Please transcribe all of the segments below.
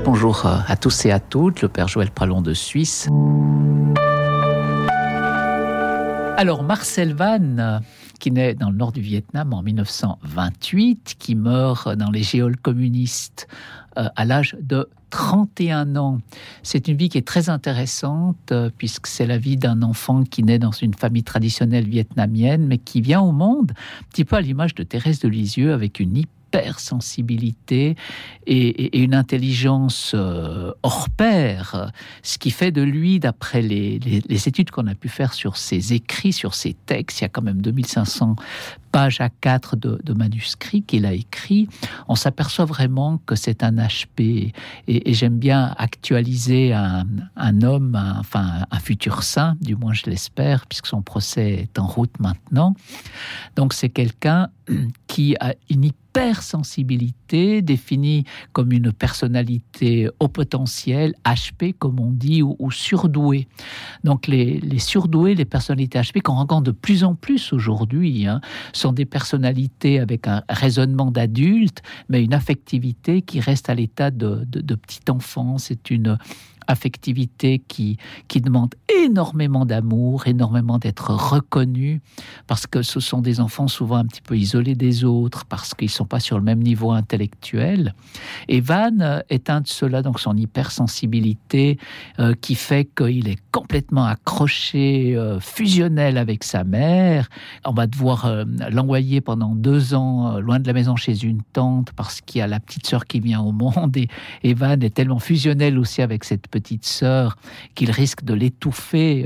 Bonjour à tous et à toutes, le Père Joël Pralon de Suisse. Alors Marcel Van, qui naît dans le nord du Vietnam en 1928, qui meurt dans les geôles communistes à l'âge de 31 ans. C'est une vie qui est très intéressante puisque c'est la vie d'un enfant qui naît dans une famille traditionnelle vietnamienne mais qui vient au monde un petit peu à l'image de Thérèse de Lisieux avec une hypersensibilité et une intelligence hors pair, ce qui fait de lui, d'après les études qu'on a pu faire sur ses écrits, sur ses textes, il y a quand même 2500 pages à 4 de manuscrits qu'il a écrits, on s'aperçoit vraiment que c'est un HP. Et j'aime bien actualiser un homme, un futur saint, du moins je l'espère, puisque son procès est en route maintenant. Donc c'est quelqu'un qui a une hypersensibilité définie comme une personnalité au potentiel, HP comme on dit, ou surdouée. Donc les surdoués, les personnalités HP qu'on rencontre de plus en plus aujourd'hui, sont des personnalités avec un raisonnement d'adulte, mais une affectivité qui reste à l'état de petit enfant. C'est une affectivité qui demande énormément d'amour, énormément d'être reconnu, parce que ce sont des enfants souvent un petit peu isolés des autres, parce qu'ils ne sont pas sur le même niveau intellectuel. Et Van est un de ceux-là, donc son hypersensibilité qui fait qu'il est complètement accroché, fusionnel avec sa mère. On va devoir l'envoyer pendant 2 ans loin de la maison chez une tante, parce qu'il y a la petite sœur qui vient au monde, et Van est tellement fusionnel aussi avec cette petite sœur qu'il risque de l'étouffer.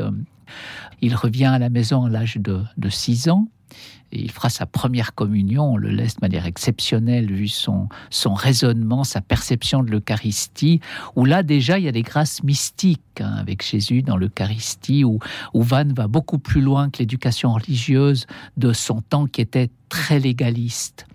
Il revient à la maison à l'âge de 6 ans et il fera sa première communion. On le laisse de manière exceptionnelle vu son raisonnement, sa perception de l'Eucharistie, où là déjà il y a des grâces mystiques avec Jésus dans l'Eucharistie, où Van va beaucoup plus loin que l'éducation religieuse de son temps qui était très légaliste.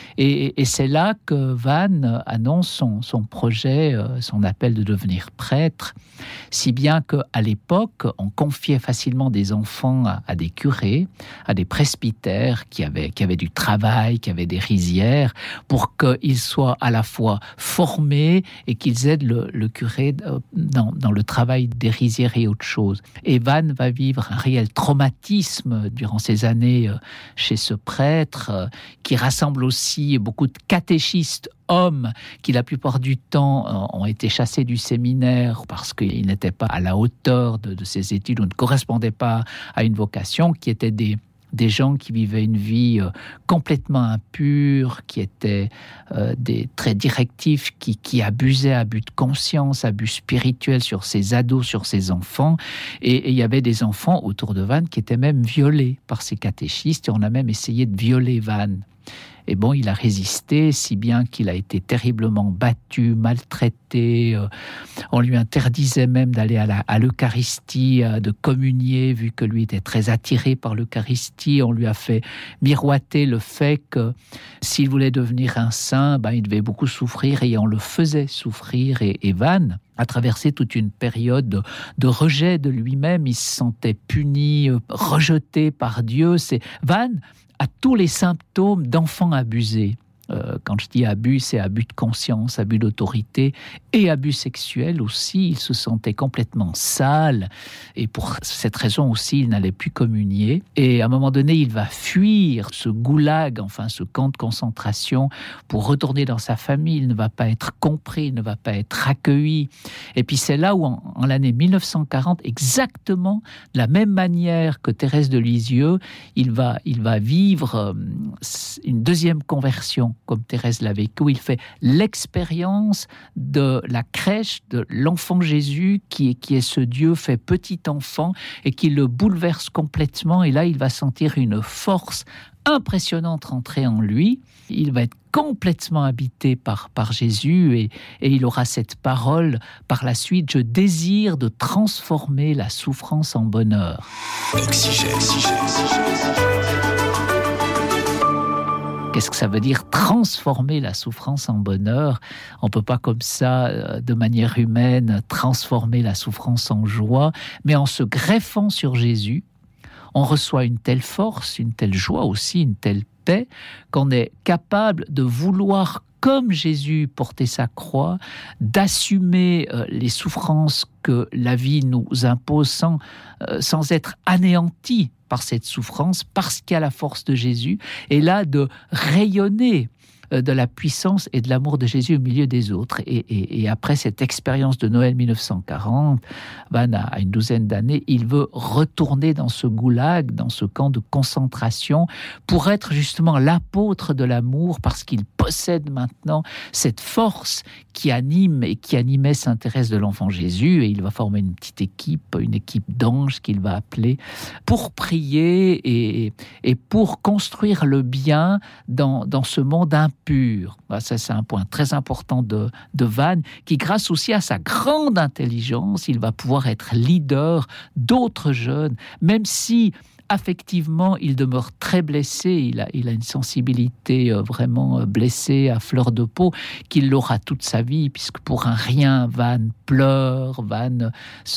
Et c'est là que Van annonce son projet, son appel de devenir prêtre, si bien qu'à l'époque, on confiait facilement des enfants à des curés, à des presbytères qui avaient du travail, qui avaient des rizières, pour qu'ils soient à la fois formés et qu'ils aident le curé dans le travail des rizières et autre chose. Et Van va vivre un réel traumatisme durant ces années chez ce prêtre, qui rassemble aussi beaucoup de catéchistes hommes qui la plupart du temps ont été chassés du séminaire parce qu'ils n'étaient pas à la hauteur de ces études ou ne correspondaient pas à une vocation, qui étaient des gens qui vivaient une vie complètement impure, qui étaient des très directifs, qui abusaient, abus de conscience, abus spirituels sur ces ados, sur ces enfants. Et il y avait des enfants autour de Van qui étaient même violés par ces catéchistes, et on a même essayé de violer Van. Et bon, il a résisté, si bien qu'il a été terriblement battu, maltraité. On lui interdisait même d'aller à l'Eucharistie, de communier, vu que lui était très attiré par l'Eucharistie. On lui a fait miroiter le fait que s'il voulait devenir un saint, il devait beaucoup souffrir, et on le faisait souffrir. Et Van a traversé toute une période de rejet de lui-même. Il se sentait puni, rejeté par Dieu. Van a tous les symptômes d'enfants abusés. Quand je dis abus, c'est abus de conscience, abus d'autorité et abus sexuel aussi. Il se sentait complètement sale et pour cette raison aussi, il n'allait plus communier. Et à un moment donné, il va fuir ce goulag, ce camp de concentration, pour retourner dans sa famille. Il ne va pas être compris, il ne va pas être accueilli. Et puis c'est là où, en l'année 1940, exactement de la même manière que Thérèse de Lisieux, il va vivre une deuxième conversion, comme Thérèse l'a vécu, où il fait l'expérience de la crèche de l'enfant Jésus, qui est ce Dieu fait petit enfant et qui le bouleverse complètement. Et là, il va sentir une force impressionnante rentrer en lui. Il va être complètement habité par Jésus et il aura cette parole par la suite: je désire de transformer la souffrance en bonheur. Oxygène. Qu'est-ce que ça veut dire transformer la souffrance en bonheur? On ne peut pas comme ça, de manière humaine, transformer la souffrance en joie, mais en se greffant sur Jésus, on reçoit une telle force, une telle joie aussi, une telle paix, qu'on est capable de vouloir comme Jésus portait sa croix, d'assumer les souffrances que la vie nous impose sans être anéanti par cette souffrance, parce qu'il y a la force de Jésus, et là de rayonner de la puissance et de l'amour de Jésus au milieu des autres. Et après cette expérience de Noël 1940, Van a une douzaine d'années, il veut retourner dans ce goulag, dans ce camp de concentration, pour être justement l'apôtre de l'amour, parce qu'il possède maintenant cette force qui anime et qui animait Sainte Thérèse de l'Enfant Jésus, et il va former une petite équipe, une équipe d'anges qu'il va appeler, pour prier et pour construire le bien dans ce monde impur. Ça, c'est un point très important de Van, qui grâce aussi à sa grande intelligence, il va pouvoir être leader d'autres jeunes, même si affectivement, il demeure très blessé, il a une sensibilité vraiment blessée à fleur de peau, qu'il l'aura toute sa vie, puisque pour un rien, Van pleure, Van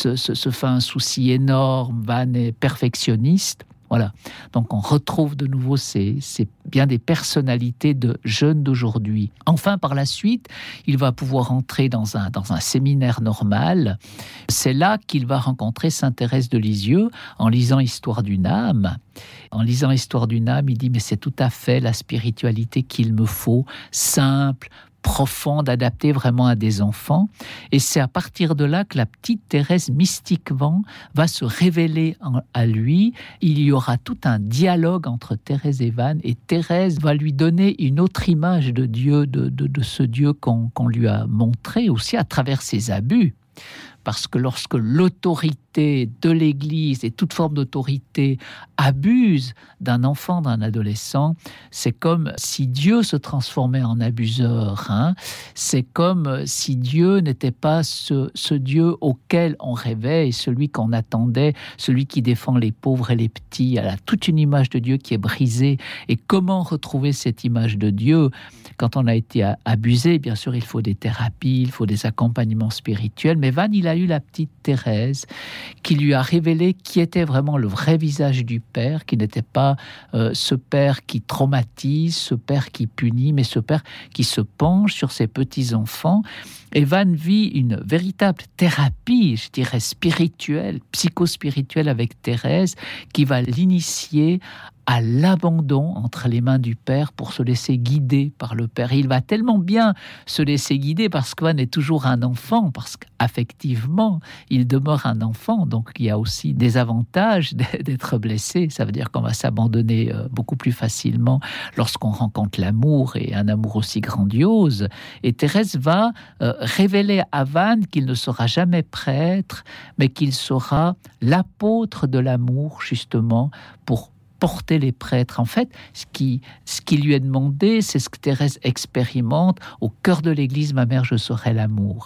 se fait un souci énorme, Van est perfectionniste. Voilà, donc on retrouve de nouveau ces bien des personnalités de jeunes d'aujourd'hui. Enfin, par la suite, il va pouvoir entrer dans un séminaire normal. C'est là qu'il va rencontrer Sainte Thérèse de Lisieux en lisant Histoire d'une âme. En lisant Histoire d'une âme, il dit « mais c'est tout à fait la spiritualité qu'il me faut, simple, profonde, adaptée vraiment à des enfants. » Et c'est à partir de là que la petite Thérèse, mystiquement, va se révéler à lui. Il y aura tout un dialogue entre Thérèse et Van, et Thérèse va lui donner une autre image de Dieu, de ce Dieu qu'on lui a montré aussi à travers ses abus. Parce que lorsque l'autorité de l'Église et toute forme d'autorité abuse d'un enfant, d'un adolescent, c'est comme si Dieu se transformait en abuseur. C'est comme si Dieu n'était pas ce Dieu auquel on rêvait et celui qu'on attendait, celui qui défend les pauvres et les petits. Elle a toute une image de Dieu qui est brisée. Et comment retrouver cette image de Dieu ? Quand on a été abusé, bien sûr, il faut des thérapies, il faut des accompagnements spirituels. Mais Van, il a eu la petite Thérèse qui lui a révélé qui était vraiment le vrai visage du Père, qui n'était pas ce Père qui traumatise, ce Père qui punit, mais ce Père qui se penche sur ses petits-enfants. Et Van vit une véritable thérapie, je dirais spirituelle, psychospirituelle avec Thérèse, qui va l'initier à l'abandon entre les mains du Père pour se laisser guider par le Père. Et il va tellement bien se laisser guider parce que Van est toujours un enfant, parce qu'affectivement, il demeure un enfant. Donc, il y a aussi des avantages d'être blessé. Ça veut dire qu'on va s'abandonner beaucoup plus facilement lorsqu'on rencontre l'amour, et un amour aussi grandiose. Et Thérèse va révéler à Van qu'il ne sera jamais prêtre, mais qu'il sera l'apôtre de l'amour, justement, pour porter les prêtres. En fait, ce qui lui est demandé, c'est ce que Thérèse expérimente. Au cœur de l'Église, ma mère, je serai l'amour.